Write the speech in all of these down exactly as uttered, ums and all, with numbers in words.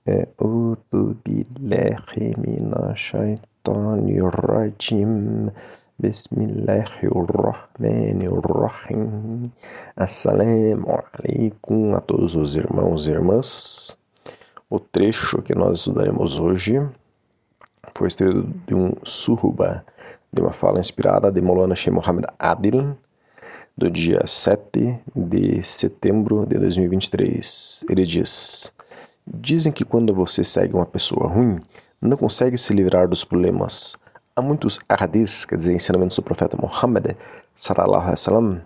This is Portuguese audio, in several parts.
أعوذ بالله من الشيطان الرجيم بسم الله الرحمن الرحيم. Assalamu alaikum a todos os irmãos e irmãs. O trecho que nós estudaremos hoje foi extraído de um suhba, de uma fala inspirada de Maulana Sheikh Mohammed Adil, do dia sete de setembro de dois mil e vinte e três. Ele diz: dizem que quando você segue uma pessoa ruim, não consegue se livrar dos problemas. Há muitos hadiths, quer dizer, ensinamentos do profeta Muhammad, sallallahu alaihi wasallam,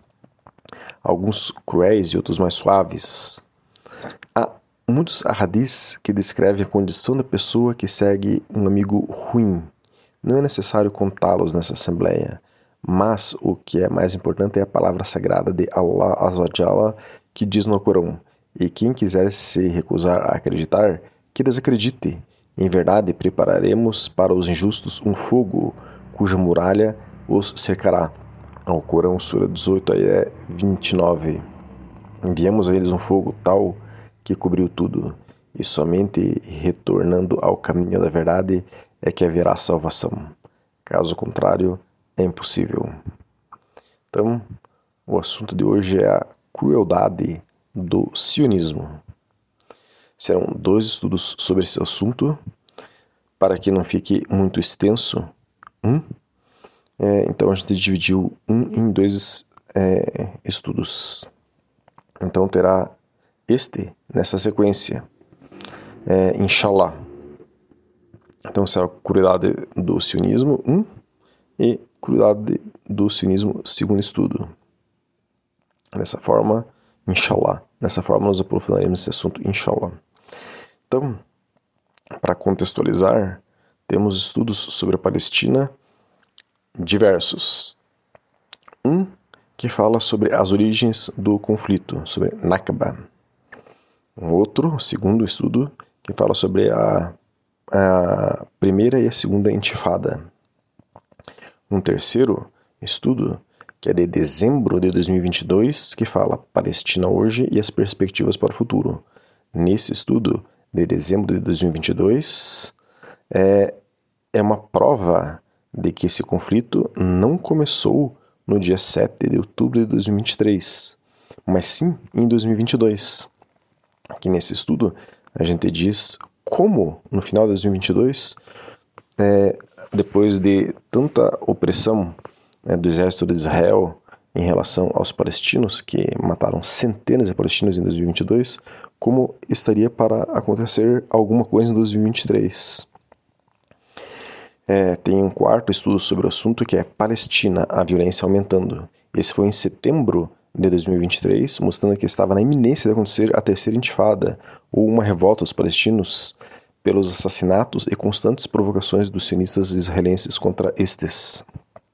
alguns cruéis e outros mais suaves. Há muitos hadiths que descrevem a condição da pessoa que segue um amigo ruim. Não é necessário contá-los nessa assembleia, mas o que é mais importante é a palavra sagrada de Allah Azza wa Jalla, que diz no Corão: e quem quiser se recusar a acreditar, que desacredite. Em verdade, prepararemos para os injustos um fogo, cuja muralha os cercará. Ao Corão, Sura dezoito, ayah vinte e nove. Enviamos a eles um fogo tal que cobriu tudo, e somente retornando ao caminho da verdade é que haverá salvação. Caso contrário, é impossível. Então, o assunto de hoje é a crueldade do sionismo. Serão dois estudos sobre esse assunto, para que não fique muito extenso. Um, é, então a gente dividiu um em dois é, estudos. Então terá este nessa sequência, é, inshallah. Então será a crueldade do sionismo um e crueldade do sionismo segundo estudo. Dessa forma, inshallah. Dessa forma nós aprofundaremos esse assunto, inshallah. Então, para contextualizar, temos estudos sobre a Palestina diversos. Um que fala sobre as origens do conflito, sobre Nakba. Um outro, segundo estudo, que fala sobre a, a primeira e a segunda intifada. Um terceiro estudo, que é de dezembro de dois mil e vinte e dois, que fala Palestina hoje e as perspectivas para o futuro. Nesse estudo de dezembro de dois mil e vinte e dois, é, é uma prova de que esse conflito não começou no dia sete de outubro de dois mil e vinte e três, mas sim em dois mil e vinte e dois. Aqui nesse estudo a gente diz como no final de dois mil e vinte e dois, é, depois de tanta opressão é, do exército de Israel em relação aos palestinos, que mataram centenas de palestinos em dois mil e vinte e dois, como estaria para acontecer alguma coisa em dois mil e vinte e três. É, tem um quarto estudo sobre o assunto, que é Palestina, a violência aumentando. Esse foi em setembro de dois mil e vinte e três, mostrando que estava na iminência de acontecer a terceira intifada, ou uma revolta dos palestinos, pelos assassinatos e constantes provocações dos sionistas israelenses contra estes.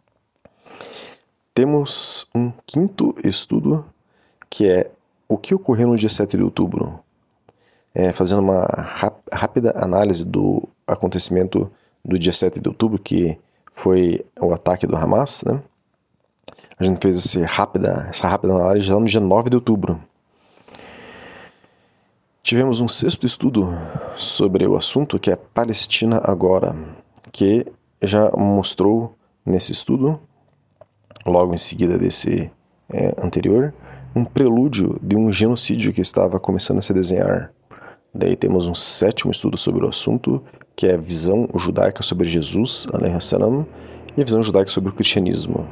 Temos um quinto estudo, que é o que ocorreu no dia sete de outubro. É, fazendo uma rápida análise do acontecimento do dia sete de outubro, que foi o ataque do Hamas, né? A gente fez esse rápida, essa rápida análise já no dia nove de outubro. Tivemos um sexto estudo sobre o assunto, que é Palestina agora, que já mostrou nesse estudo, logo em seguida desse é, anterior, um prelúdio de um genocídio que estava começando a se desenhar. Daí temos um sétimo estudo sobre o assunto, que é a visão judaica sobre Jesus, alaihi salam, e a visão judaica sobre o cristianismo.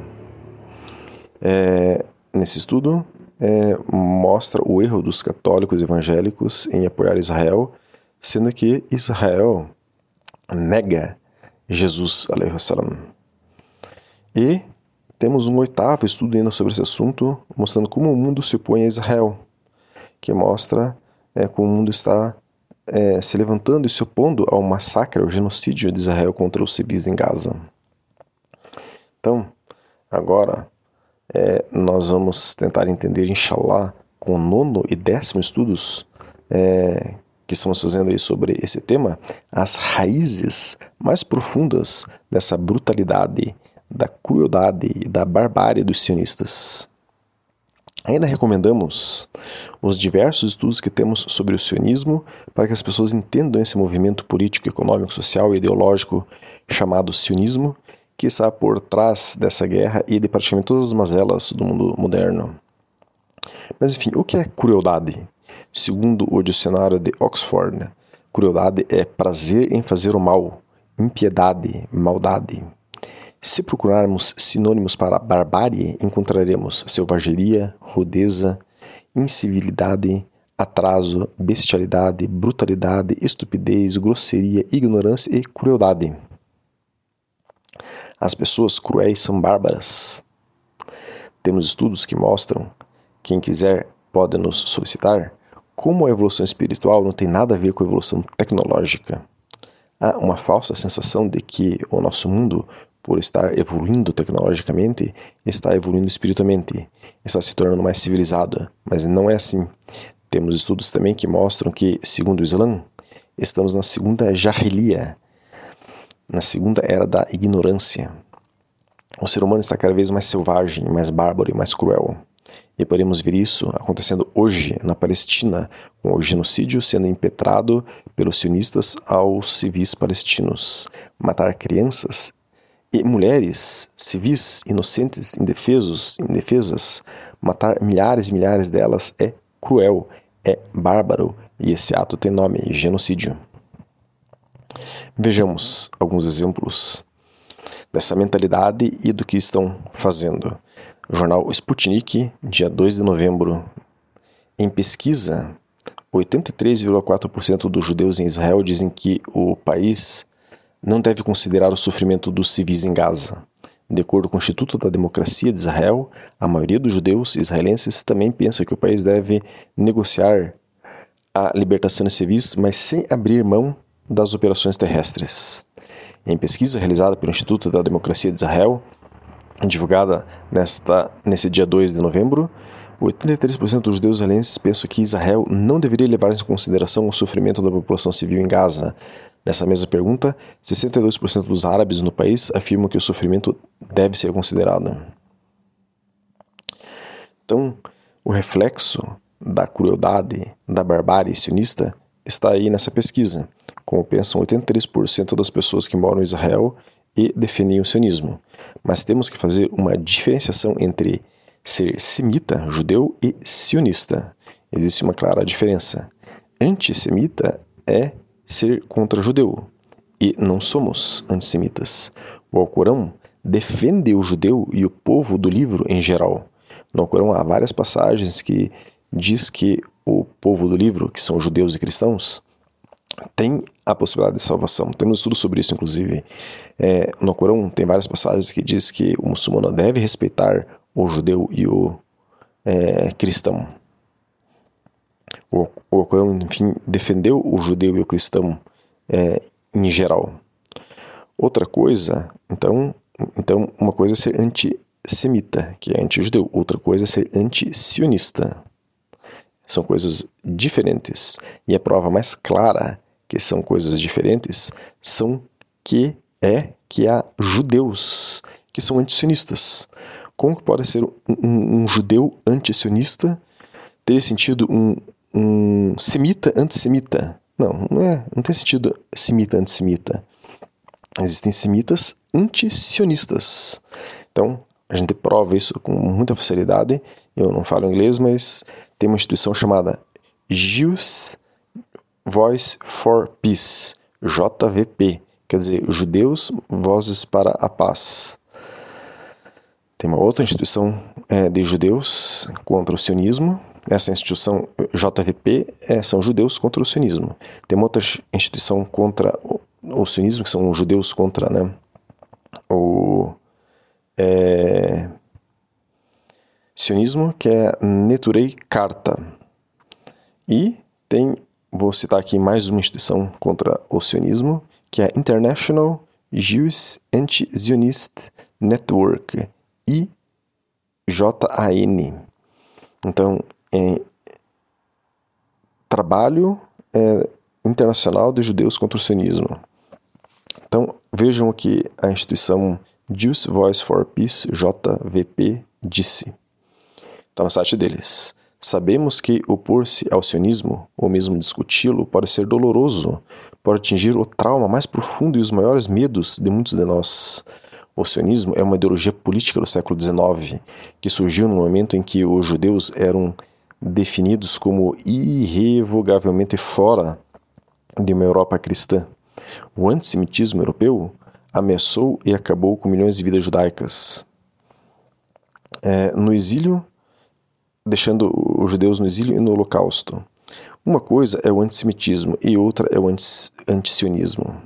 É, nesse estudo, é, mostra o erro dos católicos evangélicos em apoiar Israel, sendo que Israel nega Jesus, alaihi salam. E temos um oitavo estudo ainda sobre esse assunto, mostrando como o mundo se opõe a Israel, que mostra é, como o mundo está é, se levantando e se opondo ao massacre, ao genocídio de Israel contra os civis em Gaza. Então, agora, é, nós vamos tentar entender, inshallah, com o nono e décimo estudos é, que estamos fazendo aí sobre esse tema, as raízes mais profundas dessa brutalidade, da crueldade e da barbárie dos sionistas. Ainda recomendamos os diversos estudos que temos sobre o sionismo para que as pessoas entendam esse movimento político, econômico, social e ideológico chamado sionismo, que está por trás dessa guerra e de praticamente todas as mazelas do mundo moderno. Mas enfim, o que é crueldade? Segundo o dicionário de Oxford, crueldade é prazer em fazer o mal, impiedade, maldade. Se procurarmos sinônimos para barbárie, encontraremos selvageria, rudeza, incivilidade, atraso, bestialidade, brutalidade, estupidez, grosseria, ignorância e crueldade. As pessoas cruéis são bárbaras. Temos estudos que mostram, quem quiser pode nos solicitar, como a evolução espiritual não tem nada a ver com a evolução tecnológica. Há uma falsa sensação de que o nosso mundo, por estar evoluindo tecnologicamente, está evoluindo espiritualmente, está se tornando mais civilizado, mas não é assim. Temos estudos também que mostram que, segundo o Islã, estamos na segunda Jahiliya, na segunda era da ignorância. O ser humano está cada vez mais selvagem, mais bárbaro e mais cruel. E podemos ver isso acontecendo hoje na Palestina, com o genocídio sendo impetrado pelos sionistas aos civis palestinos. Matar crianças e mulheres, civis, inocentes, indefesos, indefesas, matar milhares e milhares delas é cruel, é bárbaro, e esse ato tem nome, genocídio. Vejamos alguns exemplos dessa mentalidade e do que estão fazendo. O jornal Sputnik, dia dois de novembro. Em pesquisa, oitenta e três vírgula quatro por cento dos judeus em Israel dizem que o país não deve considerar o sofrimento dos civis em Gaza. De acordo com o Instituto da Democracia de Israel, a maioria dos judeus israelenses também pensa que o país deve negociar a libertação de civis, mas sem abrir mão das operações terrestres. Em pesquisa realizada pelo Instituto da Democracia de Israel, divulgada nesta, nesse dia dois de novembro, oitenta e três por cento dos judeus israelenses pensam que Israel não deveria levar em consideração o sofrimento da população civil em Gaza. Nessa mesma pergunta, sessenta e dois por cento dos árabes no país afirmam que o sofrimento deve ser considerado. Então, o reflexo da crueldade, da barbárie sionista está aí nessa pesquisa, como pensam oitenta e três por cento das pessoas que moram em Israel e defendem o sionismo. Mas temos que fazer uma diferenciação entre ser semita, judeu, e sionista. Existe uma clara diferença. Antissemita é ser contra judeu, e não somos antissemitas. O Alcorão defende o judeu e o povo do livro em geral. No Alcorão há várias passagens que diz que o povo do livro, que são judeus e cristãos, tem a possibilidade de salvação. Temos estudo sobre isso, inclusive. É, no Corão tem várias passagens que diz que o muçulmano deve respeitar o judeu e o é, cristão. O, o Corão, enfim, defendeu o judeu e o cristão é, em geral. Outra coisa, então, então, uma coisa é ser antissemita, que é anti-judeu. Outra coisa é ser anti-sionista. São coisas diferentes. E a prova mais clara que são coisas diferentes são que é que há judeus que são antisionistas. Como que pode ser um, um, um judeu antisionista ter sentido um, um semita antissemita? Não, não é, não tem sentido semita antissemita. Existem semitas antisionistas. Então, a gente prova isso com muita facilidade. Eu não falo inglês, mas tem uma instituição chamada Jews Voice for Peace, J V P, quer dizer, Judeus Vozes para a Paz. Tem uma outra instituição é, de judeus contra o sionismo. Essa instituição J V P é, são judeus contra o sionismo. Tem uma outra instituição contra o, o sionismo, que são judeus contra, né, o é, sionismo, que é Neturei Karta. E tem, vou citar aqui mais uma instituição contra o sionismo, que é a International Jewish Anti-Zionist Network, I J A N. Então, é Trabalho é, Internacional de Judeus contra o Sionismo. Então, vejam o que a instituição Jews Voice for Peace, J V P, disse. Está no site deles. Sabemos que opor-se ao sionismo, ou mesmo discuti-lo, pode ser doloroso, pode atingir o trauma mais profundo e os maiores medos de muitos de nós. O sionismo é uma ideologia política do século dezenove, que surgiu no momento em que os judeus eram definidos como irrevogavelmente fora de uma Europa cristã. O antissemitismo europeu ameaçou e acabou com milhões de vidas judaicas. É, no exílio, deixando os judeus no exílio e no holocausto. Uma coisa é o antissemitismo e outra é o antisionismo.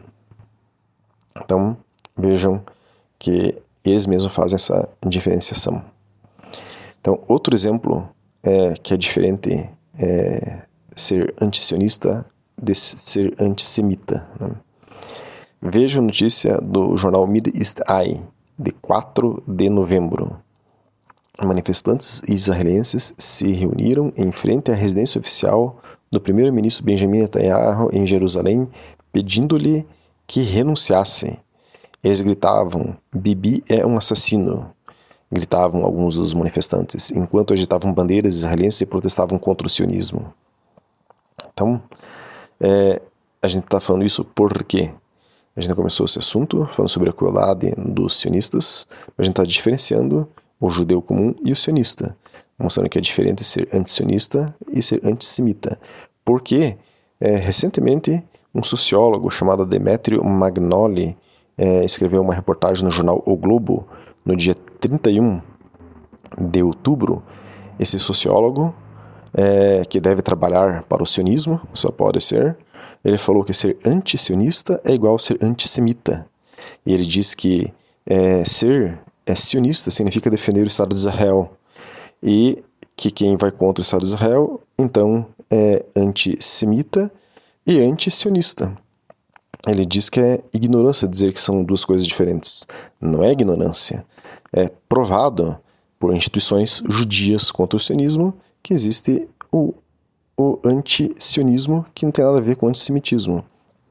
Então, vejam que eles mesmos fazem essa diferenciação. Então, outro exemplo é, que é diferente é ser antisionista de ser antissemita. Né? Veja a notícia do jornal Mid East Eye, de quatro de novembro. Manifestantes israelenses se reuniram em frente à residência oficial do primeiro-ministro Benjamin Netanyahu em Jerusalém, pedindo-lhe que renunciasse. Eles gritavam: Bibi é um assassino, gritavam alguns dos manifestantes, enquanto agitavam bandeiras israelenses e protestavam contra o sionismo. Então, é, a gente está falando isso por quê? A gente começou esse assunto falando sobre a crueldade dos sionistas, mas a gente está diferenciando o judeu comum e o sionista, mostrando que é diferente ser antisionista e ser antissemita. Porque, é, recentemente, um sociólogo chamado Demetrio Magnoli é, escreveu uma reportagem no jornal O Globo, no dia trinta e um de outubro. Esse sociólogo, é, que deve trabalhar para o sionismo, só pode ser, ele falou que ser antisionista é igual a ser antissemita. E ele diz que é, ser é, sionista significa defender o Estado de Israel. E que quem vai contra o Estado de Israel, então, é antissemita e antisionista. Ele diz que é ignorância dizer que são duas coisas diferentes. Não é ignorância. É provado por instituições judias contra o sionismo que existe o, o antisionismo, que não tem nada a ver com o antissemitismo.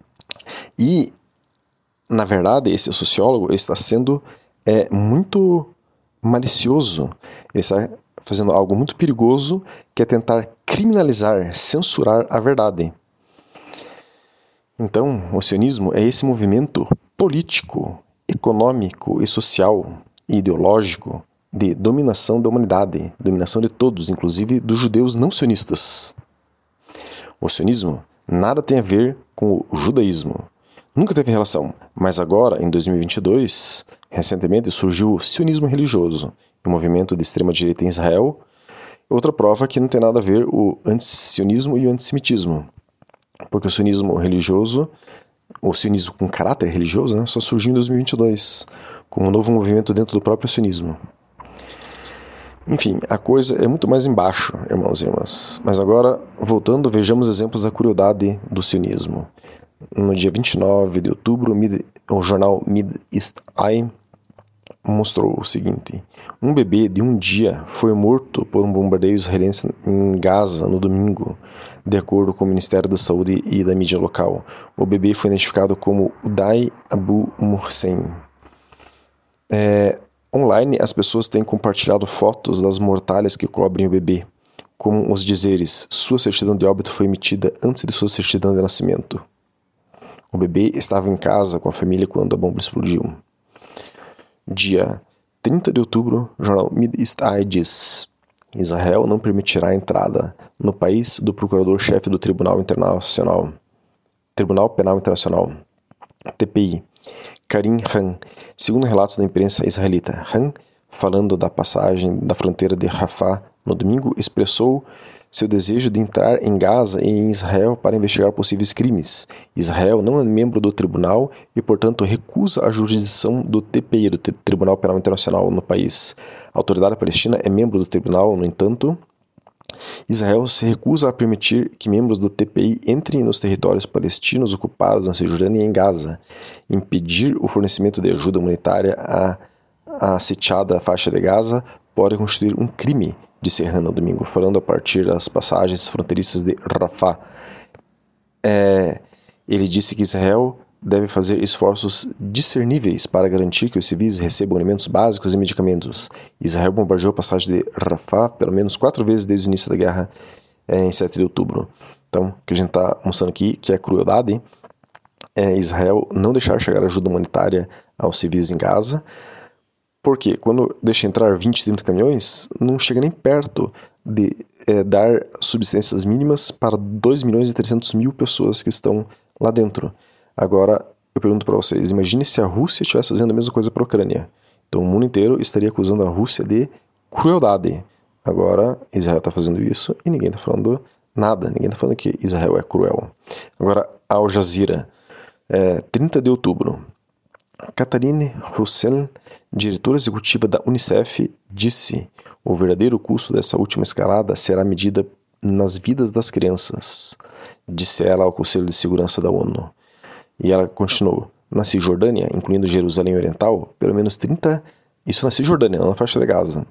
E, na verdade, esse sociólogo está sendo é, muito malicioso. Ele está fazendo algo muito perigoso, que é tentar criminalizar, censurar a verdade. Então, o sionismo é esse movimento político, econômico e social e ideológico de dominação da humanidade, dominação de todos, inclusive dos judeus não sionistas. O sionismo nada tem a ver com o judaísmo. Nunca teve relação, mas agora, em dois mil e vinte e dois, recentemente surgiu o sionismo religioso, um movimento de extrema-direita em Israel. Outra prova que não tem nada a ver o antisionismo e o antissemitismo. Porque o sionismo religioso, o sionismo com caráter religioso, né, só surgiu em dois mil e vinte e dois, como um novo movimento dentro do próprio sionismo. Enfim, a coisa é muito mais embaixo, irmãos e irmãs. Mas agora, voltando, vejamos exemplos da crueldade do sionismo. No dia vinte e nove de outubro, o jornal Mid East Eye mostrou o seguinte: um bebê de um dia foi morto por um bombardeio israelense em Gaza no domingo, de acordo com o Ministério da Saúde e da mídia local. O bebê foi identificado como Uday Abu Muhsen. É, online, as pessoas têm compartilhado fotos das mortalhas que cobrem o bebê, como os dizeres: sua certidão de óbito foi emitida antes de sua certidão de nascimento. O bebê estava em casa com a família quando a bomba explodiu. Dia trinta de outubro, o jornal Mid East Eye diz: Israel não permitirá a entrada no país do procurador-chefe do Tribunal Internacional, Tribunal Penal Internacional, T P I, Karim Khan. Segundo relatos da imprensa israelita, Khan, falando da passagem da fronteira de Rafah no domingo, expressou seu desejo de entrar em Gaza e em Israel para investigar possíveis crimes. Israel não é membro do tribunal e, portanto, recusa a jurisdição do T P I, do Tribunal Penal Internacional, no país. A autoridade palestina é membro do tribunal, no entanto. Israel se recusa a permitir que membros do T P I entrem nos territórios palestinos ocupados na Cisjordânia e em Gaza, impedir o fornecimento de ajuda humanitária à, à sitiada faixa de Gaza pode constituir um crime, disse Han no domingo, falando a partir das passagens fronteiriças de Rafah. É, ele disse que Israel deve fazer esforços discerníveis para garantir que os civis recebam alimentos básicos e medicamentos. Israel bombardeou a passagem de Rafah pelo menos quatro vezes desde o início da guerra é, em sete de outubro. Então, o que a gente está mostrando aqui, que é crueldade, é Israel não deixar chegar ajuda humanitária aos civis em Gaza, porque quando deixa entrar vinte, trinta caminhões, não chega nem perto de é, dar subsistências mínimas para dois milhões e trezentos mil pessoas que estão lá dentro. Agora, eu pergunto para vocês, imagine se a Rússia estivesse fazendo a mesma coisa para a Ucrânia. Então o mundo inteiro estaria acusando a Rússia de crueldade. Agora, Israel está fazendo isso e ninguém está falando nada, ninguém está falando que Israel é cruel. Agora, Al Jazeera, é, trinta de outubro. Catherine Russell, diretora executiva da Unicef, disse: o verdadeiro custo dessa última escalada será medida nas vidas das crianças, disse ela ao Conselho de Segurança da ONU. E ela continuou: na Cisjordânia, incluindo Jerusalém Oriental, pelo menos trinta... Isso na Cisjordânia, não na faixa de Gaza.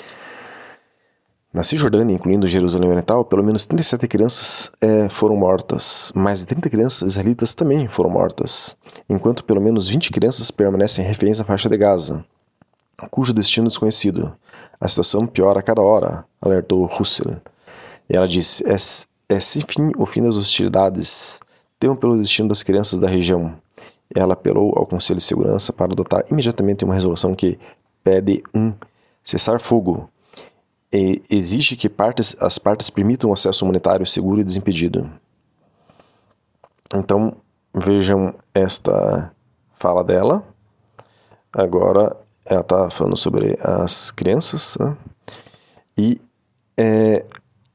Na Cisjordânia, incluindo Jerusalém Oriental, pelo menos trinta e sete crianças é, foram mortas. Mais de trinta crianças israelitas também foram mortas, enquanto pelo menos vinte crianças permanecem reféns na faixa de Gaza, cujo destino é desconhecido. A situação piora a cada hora, alertou Russell. E ela disse: é, é sem fim o fim das hostilidades. Temam pelo destino das crianças da região. Ela apelou ao Conselho de Segurança para adotar imediatamente uma resolução que pede um cessar-fogo e exige que partes, as partes permitam o acesso humanitário seguro e desimpedido. Então, vejam esta fala dela. Agora, ela está falando sobre as crianças, né? E é,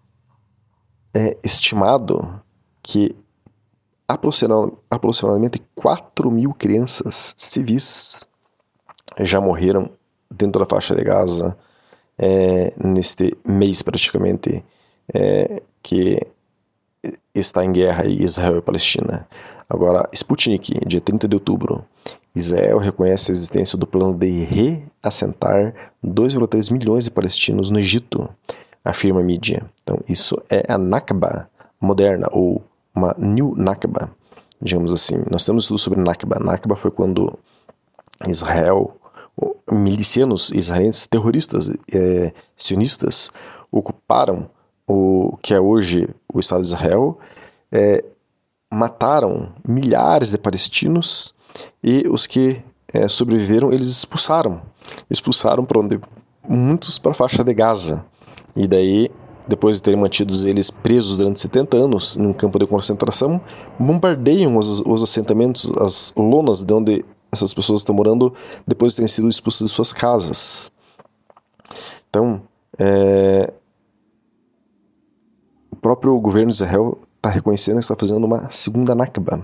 é estimado que aproximadamente quatro mil crianças civis já morreram dentro da faixa de Gaza é, neste mês praticamente é, que está em guerra aí, Israel e Palestina. Agora, Sputnik, dia trinta de outubro, Israel reconhece a existência do plano de reassentar dois vírgula três milhões de palestinos no Egito, afirma a mídia. Então, isso é a Nakba moderna, ou uma New Nakba, digamos assim. Nós temos estudo sobre Nakba. Nakba foi quando Israel, milicianos israelenses, terroristas é, sionistas, ocuparam o que é hoje o Estado de Israel, é, mataram milhares de palestinos e os que é, sobreviveram eles expulsaram. Expulsaram para onde? Muitos para a faixa de Gaza. E daí, depois de terem mantido eles presos durante setenta anos num campo de concentração, bombardeiam os, os assentamentos, as lonas de onde essas pessoas estão morando, depois de terem sido expulsas de suas casas. Então, é, o próprio governo de Israel está reconhecendo que está fazendo uma segunda Nakba.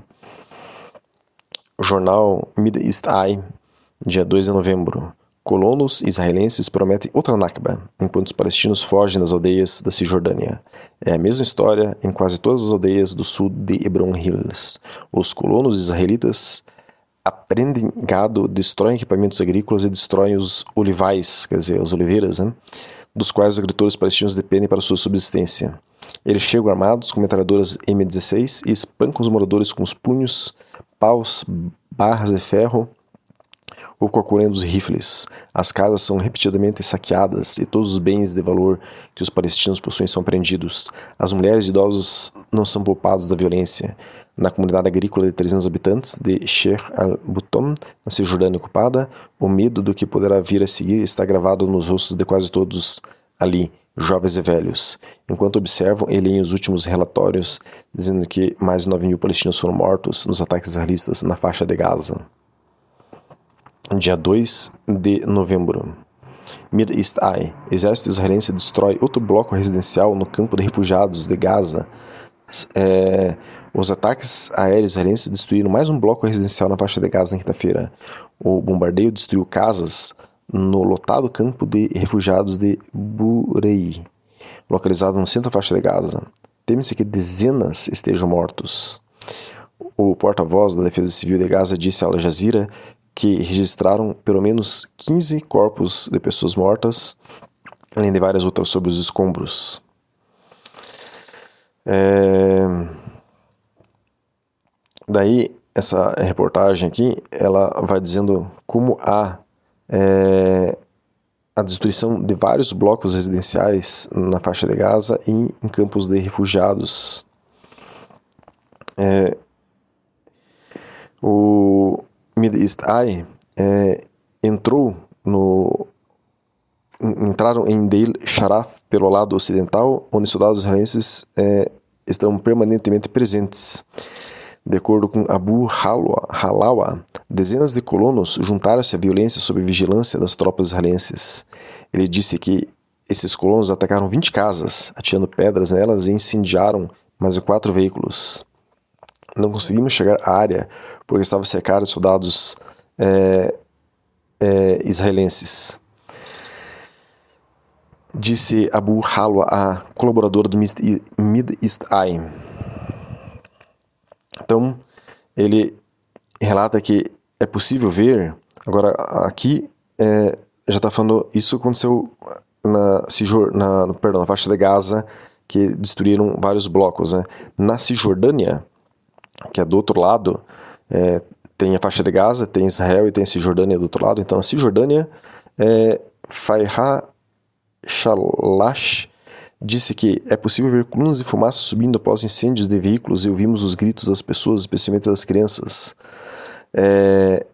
O jornal Middle East Eye, dia dois de novembro. Colonos israelenses prometem outra Nakba, enquanto os palestinos fogem das aldeias da Cisjordânia. É a mesma história em quase todas as aldeias do sul de Hebron Hills. Os colonos israelitas apreendem gado, destroem equipamentos agrícolas e destroem os olivais, quer dizer, as oliveiras, né, dos quais os agricultores palestinos dependem para sua subsistência. Eles chegam armados com metralhadoras M dezesseis e espancam os moradores com os punhos, paus, barras de ferro ou com a corrente dos rifles. As casas são repetidamente saqueadas e todos os bens de valor que os palestinos possuem são apreendidos. As mulheres e idosos não são poupados da violência. Na comunidade agrícola de trezentos habitantes de Sheikh al-Butom, na Cisjordânia ocupada, o medo do que poderá vir a seguir está gravado nos rostos de quase todos ali, jovens e velhos, enquanto observam e leem os últimos relatórios dizendo que mais de nove mil palestinos foram mortos nos ataques israelitas na faixa de Gaza. Dia dois de novembro. Middle East Eye. Exército israelense destrói outro bloco residencial no campo de refugiados de Gaza. É, os ataques aéreos israelenses destruíram mais um bloco residencial na faixa de Gaza na quinta-feira. O bombardeio destruiu casas no lotado campo de refugiados de Burei, localizado no centro da faixa de Gaza. Teme-se que dezenas estejam mortos. O porta-voz da Defesa Civil de Gaza disse a Al Jazeera que registraram pelo menos quinze corpos de pessoas mortas, além de várias outras sob os escombros. É... Daí, essa reportagem aqui, ela vai dizendo como há é, a destruição de vários blocos residenciais na faixa de Gaza e em campos de refugiados. É, o Middle East Eye é, entrou no entraram em Deir Sharaf pelo lado ocidental, onde soldados israelenses é, estão permanentemente presentes. De acordo com Abu Halawa, dezenas de colonos juntaram-se à violência sob vigilância das tropas israelenses. Ele disse que esses colonos atacaram vinte casas, atirando pedras nelas e incendiaram mais de quatro veículos. Não conseguimos chegar à área porque estava cercado de soldados é, é, israelenses. Disse Abu Halwa, a colaboradora do Middle East Eye. Então, ele relata que é possível ver, agora aqui é, já está falando, isso aconteceu na, na, perdão, na faixa de Gaza, que destruíram vários blocos. Né? Na Cisjordânia, que é do outro lado, é, tem a faixa de Gaza, tem Israel e tem a Cisjordânia do outro lado. Então, na Cisjordânia, é, Faiha Shalash disse que é possível ver colunas de fumaça subindo após incêndios de veículos e ouvimos os gritos das pessoas, especialmente das crianças. É...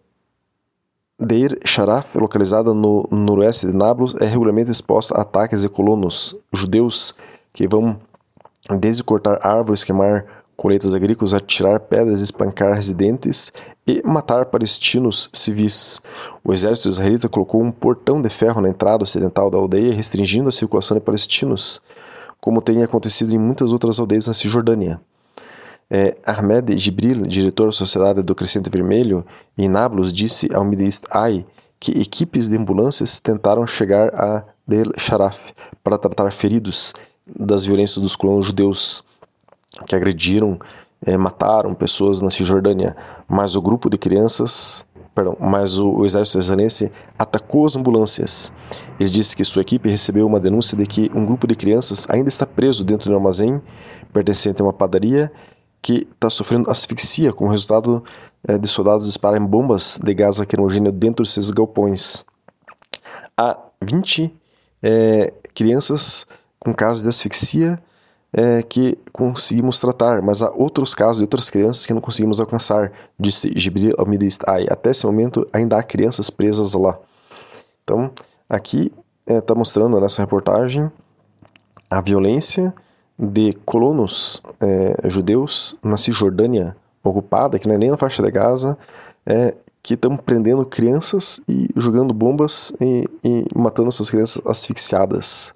Deir Sharaf, localizada no noroeste de Nablus, é regularmente exposta a ataques de colonos judeus que vão desde cortar árvores, queimar colheitas agrícolas, atirar pedras, espancar residentes e matar palestinos civis. O exército israelita colocou um portão de ferro na entrada ocidental da aldeia, restringindo a circulação de palestinos, como tem acontecido em muitas outras aldeias na Cisjordânia. É, Ahmed Jibril, diretor da Sociedade do Crescente Vermelho em Nablus, disse ao Middle East Eye que equipes de ambulâncias tentaram chegar a Deir Sharaf para tratar feridos das violências dos colonos judeus que agrediram, é, mataram pessoas na Cisjordânia, mas o grupo de crianças, perdão, mas o, o exército israelense atacou as ambulâncias. Ele disse que sua equipe recebeu uma denúncia de que um grupo de crianças ainda está preso dentro de um armazém pertencente a uma padaria que está sofrendo asfixia como resultado é, de soldados dispararem bombas de gás lacrimogêneo dentro de seus galpões. Há vinte é, crianças com casos de asfixia É, que conseguimos tratar, mas há outros casos de outras crianças que não conseguimos alcançar, disse Jibril ao Middle East Eye. Até esse momento ainda há crianças presas lá. Então, aqui está é, mostrando nessa reportagem a violência de colonos é, judeus na Cisjordânia ocupada, que não é nem na faixa de Gaza, é, que estão prendendo crianças e jogando bombas e, e matando essas crianças asfixiadas.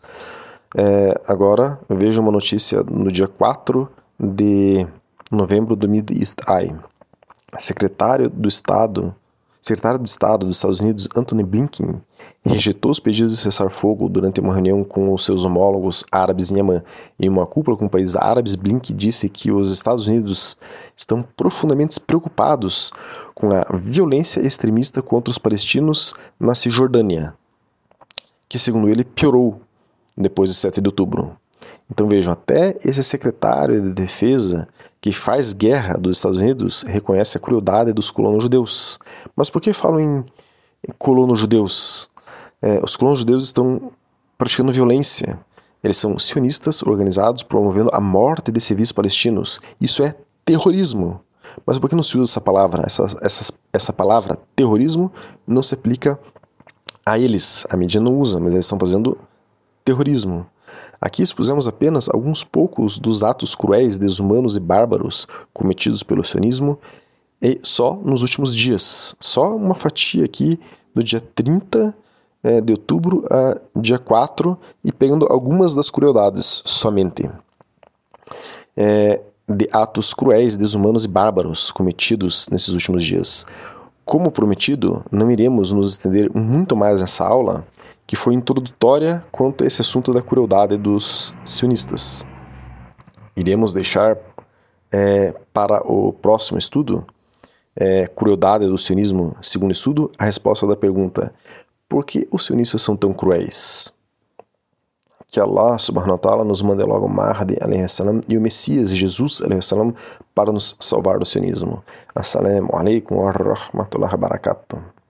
É, agora, veja uma notícia no dia quatro de novembro do Middle East Eye. Secretário do Estado, secretário de Estado dos Estados Unidos, Antony Blinken, rejeitou os pedidos de cessar-fogo durante uma reunião com os seus homólogos árabes em Amman. Em uma cúpula com países árabes, Blinken disse que os Estados Unidos estão profundamente preocupados com a violência extremista contra os palestinos na Cisjordânia, que, segundo ele, piorou depois de sete de outubro. Então vejam, até esse secretário de defesa que faz guerra dos Estados Unidos reconhece a crueldade dos colonos judeus. Mas por que falam em colonos judeus? É, os colonos judeus estão praticando violência. Eles são sionistas organizados promovendo a morte de civis palestinos. Isso é terrorismo. Mas por que não se usa essa palavra? Essa, essa, essa palavra terrorismo não se aplica a eles. A mídia não usa, mas eles estão fazendo terrorismo. Aqui expusemos apenas alguns poucos dos atos cruéis, desumanos e bárbaros cometidos pelo sionismo e só nos últimos dias. Só uma fatia aqui do dia trinta é, de outubro a dia quatro e pegando algumas das crueldades somente. É, de atos cruéis, desumanos e bárbaros cometidos nesses últimos dias. Como prometido, não iremos nos estender muito mais nessa aula, que foi introdutória quanto a esse assunto da crueldade dos sionistas. Iremos deixar é, para o próximo estudo, é, crueldade do sionismo, segundo estudo, a resposta da pergunta: por que os sionistas são tão cruéis? que Allah subhanahu wa ta'ala nos mande logo Mahdi alayhi salam e o Messias Jesus alayhi salam para nos salvar do sionismo. Assalamu alaikum wa rahmatullahi wa barakatuh.